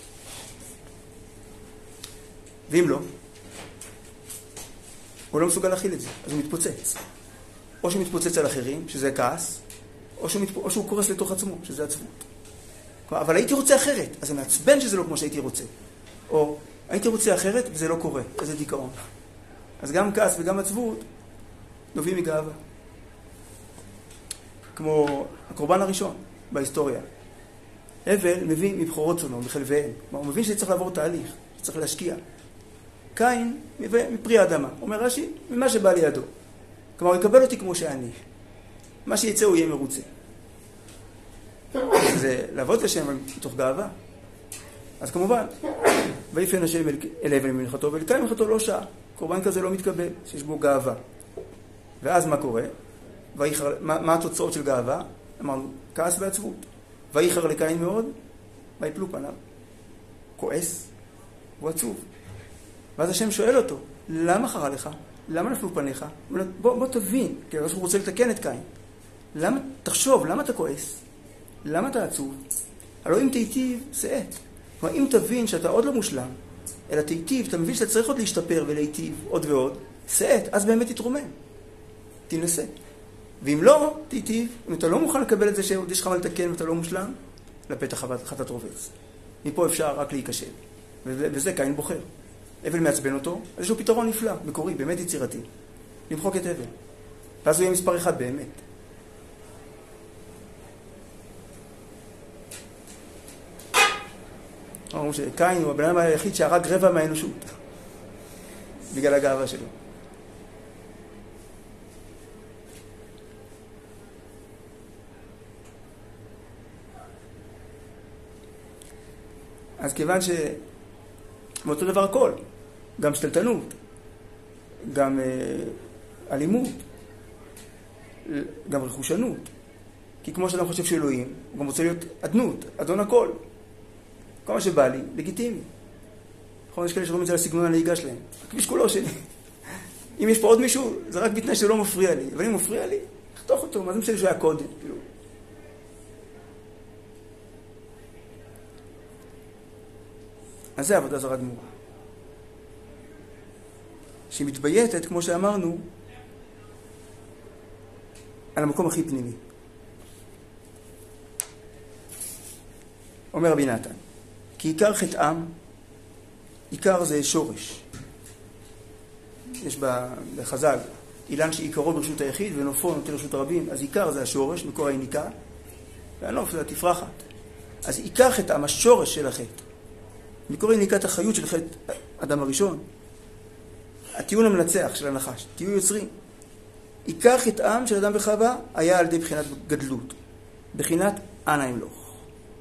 ואם לא, הוא לא מסוגל להכיל את זה. אז הוא מתפוצץ. או שהוא מתפוצץ על אחרים, שזה כעס, או שהוא, מתפ... או שהוא קורס לתוך עצמו, שזה עצבות. אבל הייתי רוצה אחרת. אז זה מעצבן שזה לא כמו שהייתי רוצה. או הייתי רוצה אחרת וזה לא קורה. איזה דיכאון. אז גם כעס וגם עצבות נובעים מגאווה. כמו הקורבן הראשון בהיסטוריה. הבל מביא מבחורות שונו, מחלביהם. הוא מבין שצריך לעבור תהליך, שצריך להשקיע. קין מביא מפרי האדמה. אומר רש"י, ממה שבא לידו. כלומר, הוא יקבל אותי כמו שאני. מה שיצא הוא יהיה מרוצה. זה לעבוד לשם מתוך גאווה. אז כמובן, ויפן השם אל הבל ממנחתו, ולקין ממנחתו לא שעה. קורבן כזה לא מתקבל, שיש בו גאווה. ואז מה קורה? ויחר, מה, מה התוצאות של גאווה? אמרנו, כעס ועצבות. ויחר לקין מאוד, ויפלו פניו. כועס, הוא עצוב. ואז השם שואל אותו, למה חרה לך? למה נפלו פניך? בוא, בוא תבין, כי הוא רוצה לתקן את קין. למה, תחשוב, למה אתה כועס? למה אתה עצוב? הלוא אם תיטיב, שאת. כלומר, אם תבין שאתה עוד לא מושלם, אלא תיטיב, אתה מבין שאתה צריך עוד להשתפר ולהיטיב עוד ועוד, שאת, אז באמת תתרומם. תנסה. ואם לא, תיטיב, אם אתה לא מוכן לקבל את זה שעוד יש לך מה לתקן ואתה לא מושלם, לפתח חטאת רובץ. מפה אפשר רק להיכשל. וזה קין בוחר. הבל מעצבן אותו, אז יש לו פתרון נפלא, מקורי, באמת יצירתי. למחוק את הבל. ואז הוא יהיה מספר אחד באמת. אומרים שקין הוא הבן אדם היחיד שהרג רבע מהאנושות. בגלל הגאווה שלו. אז כיוון ש... מאותו דבר הכל. גם שתלטנות. גם אה, אלימות. גם רכושנות. כי כמו שאדם חושב שאלוהים, הוא גם רוצה להיות אדנות, אדון הכל. כל מה שבא לי, לגיטימי. נכון, יש כאלה שרואים את זה לסגנון הנהיגה שלהם. הכביש כולו שלי. אם יש פה עוד מישהו, זה רק בתנאי שזה לא מפריע לי. אבל אם מפריע לי, תחתוך אותו, מה זה משנה שהוא היה קודם? כאילו. אז זה עבודה זרה גמורה. שהיא מתבייתת, כמו שאמרנו, על המקום הכי פנימי. אומר רבי נתן, כי עיקר חטאם, עיקר זה שורש. יש בחז"ל, אילן שעיקרו ברשות היחיד ונופו נוטה לרשות הרבים, אז עיקר זה השורש, מקור היניקה, והנוף זה התפרחת. אז עיקר חטאם, השורש של החטא, מקור היניקת החיות של חטא אדם הראשון, הטיעון המנצח של הנחש, תהיו יוצרים. עיקר חטאם של אדם וחווה היה על ידי בחינת גדלות, בחינת אנא אמלוך.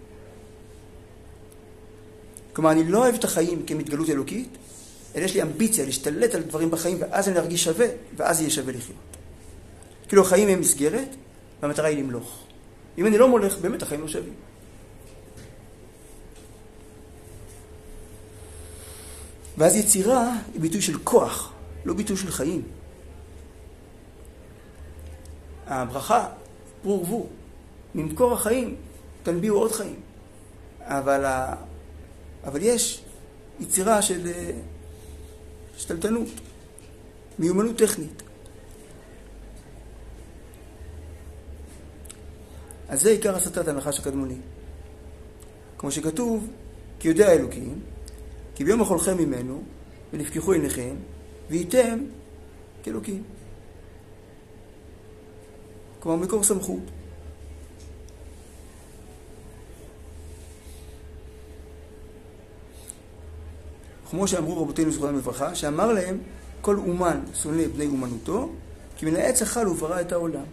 כלומר, אני לא אוהב את החיים כמתגלות אלוקית, אלא יש לי אמביציה להשתלט על דברים בחיים, ואז אני ארגיש שווה, ואז יהיה שווה לחיות. כאילו החיים הם מסגרת, והמטרה היא למלוך. אם אני לא מולך, באמת החיים לא שווים. ואז יצירה היא ביטוי של כוח, לא ביטוי של חיים. הברכה, פרו ורבו, ממקור החיים תנביאו עוד חיים. אבל, ה... אבל יש יצירה של שתלטנות, מיומנות טכנית. אז זה עיקר הסתת הנחש הקדמוני. כמו שכתוב, כי יודע האלוקים, כי ביום אכולכם ממנו, ונפקחו עיניכם, והייתם כאלוקים. כלומר, מקור סמכות. כמו שאמרו רבותינו זכרותם לברכה, שאמר להם, כל אומן שונא בני אומנותו, כי מן העץ אכל וברא את העולם.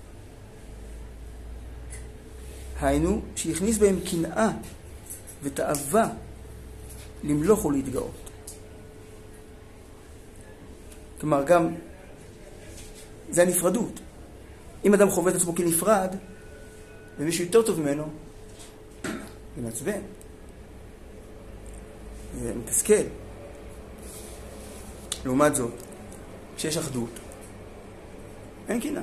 היינו, שהכניס בהם קנאה ותאווה למלוך ולהתגאות. כלומר, גם זה הנפרדות. אם אדם חווה את עצמו כנפרד, ומישהו יותר טוב ממנו, זה מעצבן. זה מתסכל. לעומת זאת, כשיש אחדות, אין קנאה.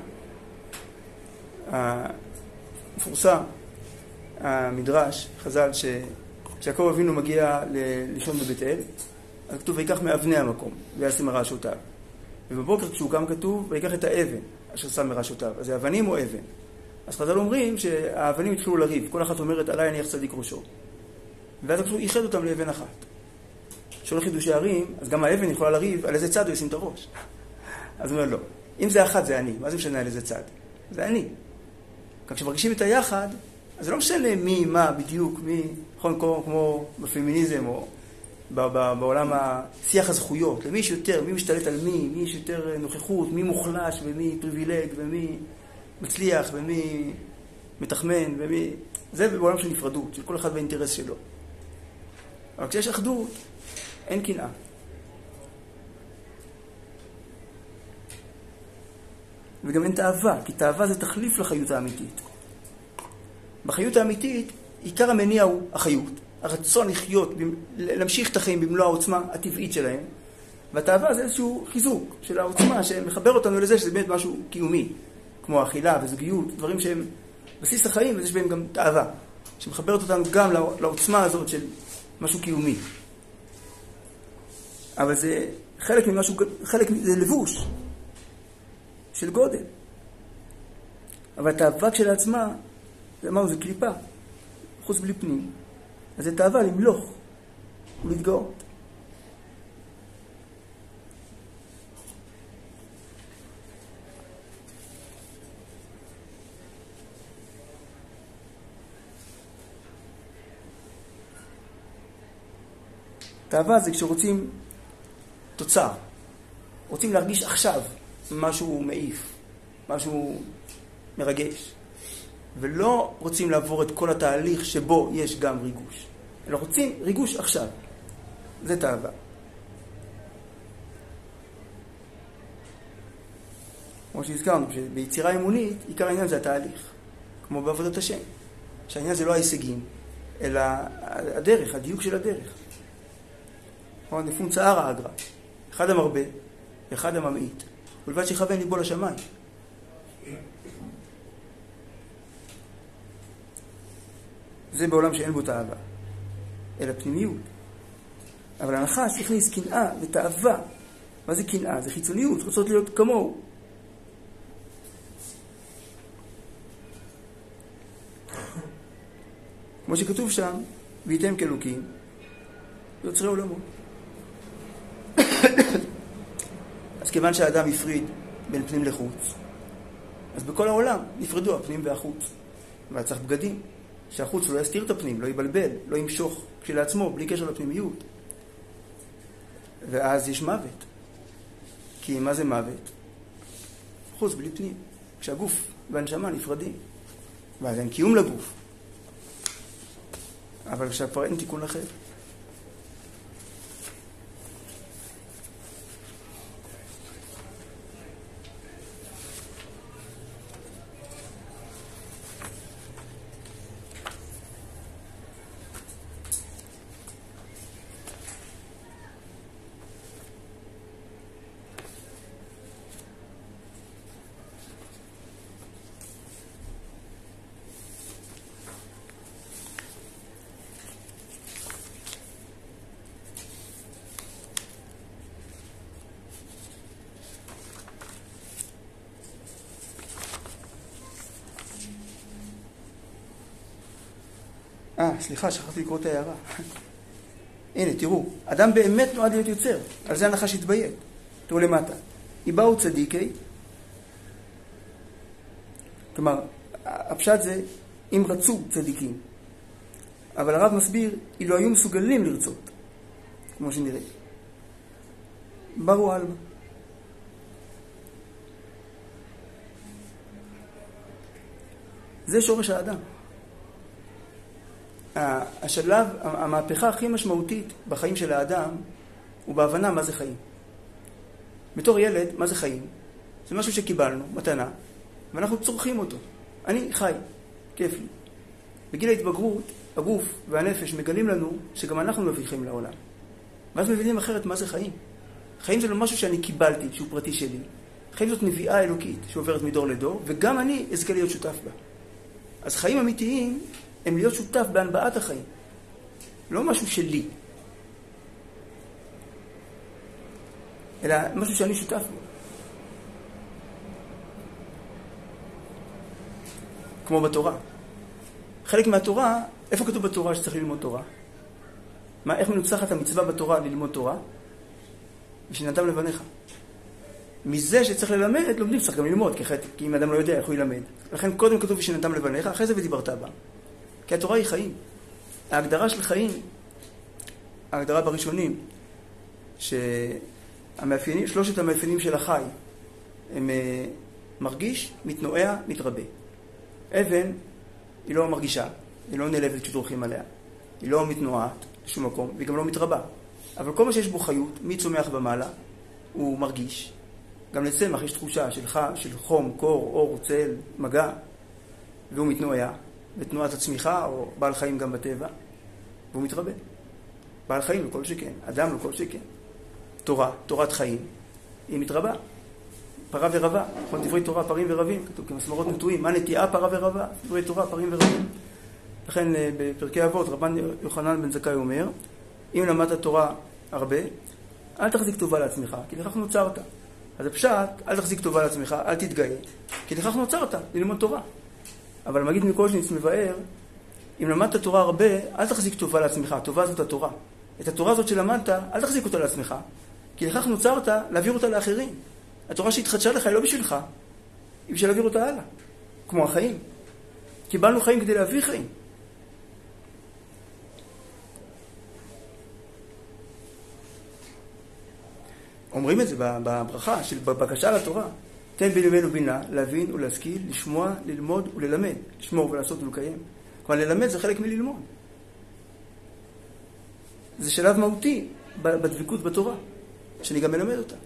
מפורסם, המדרש, חז"ל, כשיעקב אבינו מגיע לישון בבית אל, אז כתוב, ויקח מאבני המקום, וישים מראשותיו. ובבוקר כשהוא קם כתוב, ויקח את האבן, אשר שם מראשותיו. אז זה אבנים או אבן? אז חז"ל אומרים שהאבנים התחילו לריב, כל אחת אומרת, עליי אני צדיק ראשו. ואז הוא ייחד אותם לאבן אחת. כשהולך חידושי ערים, אז גם האבן יכולה לריב, על איזה צד הוא ישים את הראש. אז הוא אומר, לא. אם זה אחת, זה אני. מה זה משנה על איזה צד? זה אני. כך כשמרגישים את היחד, אז זה לא משנה מי, מה, בדיוק, מי, נכון, כמו, כמו בפמיניזם, או בעולם השיח הזכויות, למי יש יותר, מי משתלט על מי, מי יש יותר נוכחות, מי מוחלש, ומי פריבילג, ומי מצליח, ומי מתחמן, ומי... זה בעולם של נפרדות, של כל אחד באינטרס שלו. אבל כשיש אחדות, אין קנאה. וגם אין תאווה, כי תאווה זה תחליף לחיות האמיתית. בחיות האמיתית, עיקר המניע הוא החיות, הרצון לחיות, להמשיך את החיים במלוא העוצמה הטבעית שלהם, והתאווה זה איזשהו חיזוק של העוצמה שמחבר אותנו לזה שזה באמת משהו קיומי, כמו אכילה וזוגיות, דברים שהם בסיס החיים, ויש בהם גם תאווה, שמחברת אותנו גם לעוצמה הזאת של משהו קיומי. אבל זה חלק ממשהו, חלק זה לבוש של גודל. אבל התאווה כשלעצמה, זה אמרנו, זה קליפה, חוץ בלי פנים. אז זה תאווה למלוך ולהתגאות. תאווה זה כשרוצים תוצר. רוצים להרגיש עכשיו משהו מעיף, משהו מרגש. ולא רוצים לעבור את כל התהליך שבו יש גם ריגוש. אלא רוצים ריגוש עכשיו. זה תאווה. כמו שהזכרנו, שביצירה אמונית, עיקר העניין זה התהליך. כמו בעבודת השם. שהעניין זה לא ההישגים, אלא הדרך, הדיוק של הדרך. נפון צער האגרה. אחד המרבה, אחד הממעיט, ולבד שיכוון ליבו לשמיים. זה בעולם שאין בו תאווה, אלא פנימיות. אבל הנחש הכניס קנאה ותאווה. מה זה קנאה? זה חיצוניות, רוצות להיות כמוהו. כמו שכתוב שם, והייתם כאלוקים, יוצרי עולמות. אז כיוון שהאדם הפריד בין פנים לחוץ, אז בכל העולם נפרדו הפנים והחוץ. והיה צריך בגדים, שהחוץ לא יסתיר את הפנים, לא יבלבל, לא ימשוך כשלעצמו, בלי קשר לפנימיות. ואז יש מוות. כי מה זה מוות? חוץ בלי פנים. כשהגוף והנשמה נפרדים. ואז אין קיום לגוף. אבל עכשיו כבר אין תיקון אחר. אה, סליחה, שכחתי לקרוא את ההערה. הנה, תראו, אדם באמת נועד להיות יוצר. על זה הנחש התביית. תראו למטה. איבאו צדיקי. כלומר, הפשט זה, אם רצו צדיקים. אבל הרב מסביר, אילו היו מסוגלים לרצות. כמו שנראה. ברו אלמה. זה שורש האדם. השלב, המהפכה הכי משמעותית בחיים של האדם הוא בהבנה מה זה חיים. בתור ילד, מה זה חיים? זה משהו שקיבלנו, מתנה, ואנחנו צורכים אותו. אני חי, כיף לי. בגיל ההתבגרות, הגוף והנפש מגלים לנו שגם אנחנו מביא לעולם. ואז מבינים אחרת מה זה חיים. חיים זה לא משהו שאני קיבלתי, שהוא פרטי שלי. חיים זאת נביאה אלוקית שעוברת מדור לדור, וגם אני אזכה להיות שותף בה. אז חיים אמיתיים הם להיות שותף בהנבעת החיים. לא משהו שלי. אלא משהו שאני שותף בו. כמו בתורה. חלק מהתורה, איפה כתוב בתורה שצריך ללמוד תורה? מה, איך מנוצחת המצווה בתורה ללמוד תורה? ושנתם לבניך. מזה שצריך ללמד, לומדים שצריך גם ללמוד, כי, כי אם אדם לא יודע איך הוא ילמד. לכן קודם כתוב ושנתם לבניך, אחרי זה ודיברת בה. כי התורה היא חיים. ההגדרה של חיים, ההגדרה בראשונים, שהמאפיינים, שלושת המאפיינים של החי, הם מרגיש, מתנועע, מתרבה. אבן, היא לא מרגישה, היא לא נלבת כשדורכים עליה. היא לא מתנועעת לשום מקום, והיא גם לא מתרבה. אבל כל מה שיש בו חיות, מי צומח במעלה, הוא מרגיש. גם לצמח יש תחושה של, ח, של חום, קור, אור, צל, מגע, והוא מתנועע. בתנועת הצמיחה, או בעל חיים גם בטבע, והוא מתרבה. בעל חיים לכל שכן, אדם לכל שכן. תורה, תורת חיים, היא מתרבה. פרה ורבה, נכון, דברי תורה פרים ורבים, כתוב כמסמרות נטועים, מה נטיעה פרה ורבה? דברי תורה פרים ורבים. לכן בפרקי אבות, רבן יוחנן בן זכאי אומר, אם למדת תורה הרבה, אל תחזיק טובה לעצמך, כי לכך נוצרת. אז הפשט, אל תחזיק טובה לעצמך, אל תתגאה, כי לכך נוצרת, ללמוד תורה. אבל מגיד מקושניץ מבאר, אם למדת תורה הרבה, אל תחזיק טובה לעצמך, הטובה זאת התורה. את התורה הזאת שלמדת, אל תחזיק אותה לעצמך, כי לכך נוצרת להעביר אותה לאחרים. התורה שהתחדשה לך היא לא בשבילך, היא בשביל להעביר אותה הלאה. כמו החיים. קיבלנו חיים כדי להביא חיים. אומרים את זה בברכה של בבקשה לתורה. תן בלבנו בינה, להבין ולהשכיל, לשמוע, ללמוד וללמד. לשמור ולעשות ולקיים. כלומר, ללמד זה חלק מללמוד. זה שלב מהותי בדבקות בתורה, שאני גם מלמד אותה.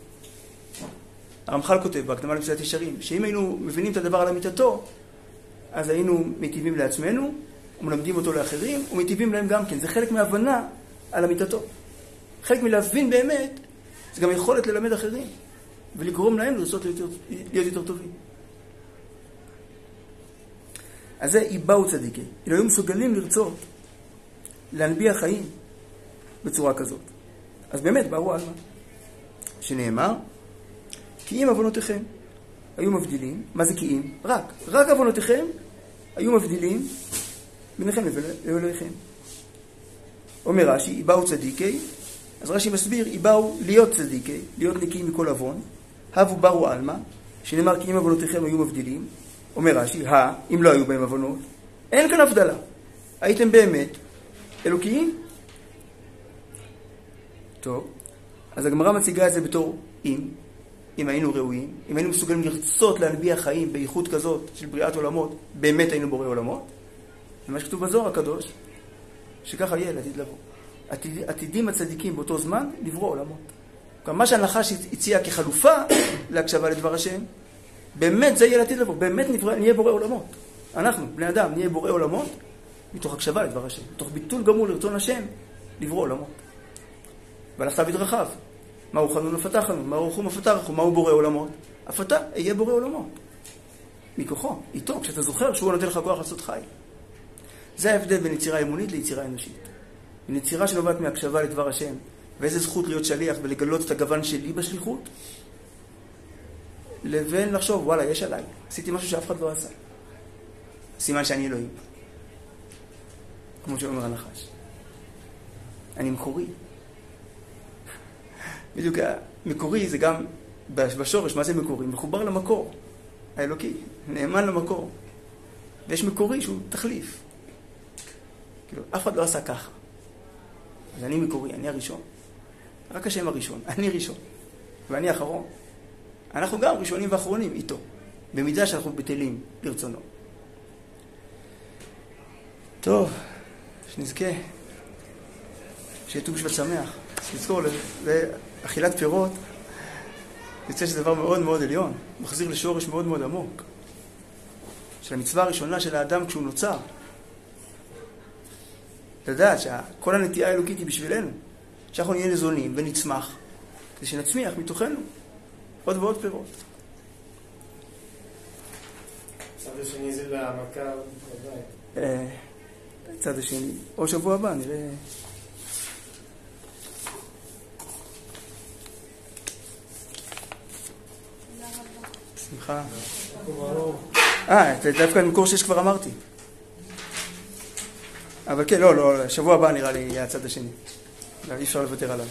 הרמח"ל כותב בהקדמה למסילת ישרים, שאם היינו מבינים את הדבר על אמיתתו, אז היינו מטיבים לעצמנו, ומלמדים אותו לאחרים, ומטיבים להם גם כן. זה חלק מהבנה על אמיתתו. חלק מלהבין באמת, זה גם יכולת ללמד אחרים, ולגרום להם לרצות להיות, להיות יותר טובים. אז זה איבאו צדיקי. אלו היו מסוגלים לרצות להנביע חיים בצורה כזאת. אז באמת באו עלמא, שנאמר, כי אם עוונותיכם היו מבדילים, מה זה כי אם? רק, רק עוונותיכם היו מבדילים ביניכם לאלוהיכם. אומר רש"י, איבאו צדיקי, אז רש"י מסביר, איבאו להיות צדיקי, להיות נקיים מכל עוון, הבו ברו עלמא, שנאמר כי אם עוונותיכם היו מבדילים, אומר רש"י, הא, אם לא היו בהם עוונות, אין כאן הבדלה. הייתם באמת אלוקיים? טוב, אז הגמרא מציגה את זה בתור אם, אם היינו ראויים, אם היינו מסוגלים לרצות להנביע חיים באיכות כזאת של בריאת עולמות, באמת היינו בורא עולמות. ומה שכתוב בזוהר הקדוש, שככה יהיה לעתיד לבוא. עתיד, עתידים הצדיקים באותו זמן לברוא עולמות. כלומר, מה שהנחש הציע כחלופה להקשבה לדבר השם, באמת זה יהיה לעתיד לבוא, באמת נברא, נהיה בורא עולמות. אנחנו, בני אדם, נהיה בורא עולמות מתוך הקשבה לדבר השם, מתוך ביטול גמור לרצון השם לברוא עולמות. והלכת והתרחב. מהו חנון הפתח חנון, מהו רחום הפתח רחום, מהו בורא עולמות? הפתח יהיה בורא עולמות. מכוחו, איתו, כשאתה זוכר שהוא נותן לך כוח לעשות חי. זה ההבדל בין יצירה אמונית ליצירה אנושית. בין יצירה שנובעת מהקשבה לדבר השם, ואיזה זכות להיות שליח ולגלות את הגוון שלי בשליחות, לבין לחשוב, וואלה, יש עליי. עשיתי משהו שאף אחד לא עשה. סימן שאני אלוהים. כמו שאומר הנחש. אני מקורי. בדיוק, מקורי זה גם בשורש, מה זה מקורי? מחובר למקור, האלוקי, נאמן למקור. ויש מקורי שהוא תחליף. כאילו, אף אחד לא עשה ככה. אז אני מקורי, אני הראשון. רק השם הראשון, אני ראשון. ואני האחרון. אנחנו גם ראשונים ואחרונים איתו, במידה שאנחנו בטלים לרצונו. טוב, שנזכה, שיהיה ט"ו בשבט שמח. נזכור, לאכילת פירות, יוצא שזה דבר מאוד מאוד עליון, מחזיר לשורש מאוד מאוד עמוק, של המצווה הראשונה של האדם כשהוא נוצר. לדעת שכל הנטייה האלוקית היא בשבילנו, שאנחנו נהיה נזונים ונצמח, כדי שנצמיח מתוכנו עוד ועוד פירות. הצד השני זה להעמקה בבית. הצד השני. או שבוע הבא, נראה... שמחה. אה, זה דווקא מקור שש כבר אמרתי. אבל כן, לא, לא, שבוע הבא נראה לי יהיה הצד השני. אי אפשר לוותר עליו.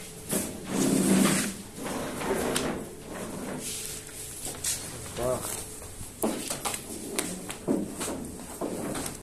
וואו.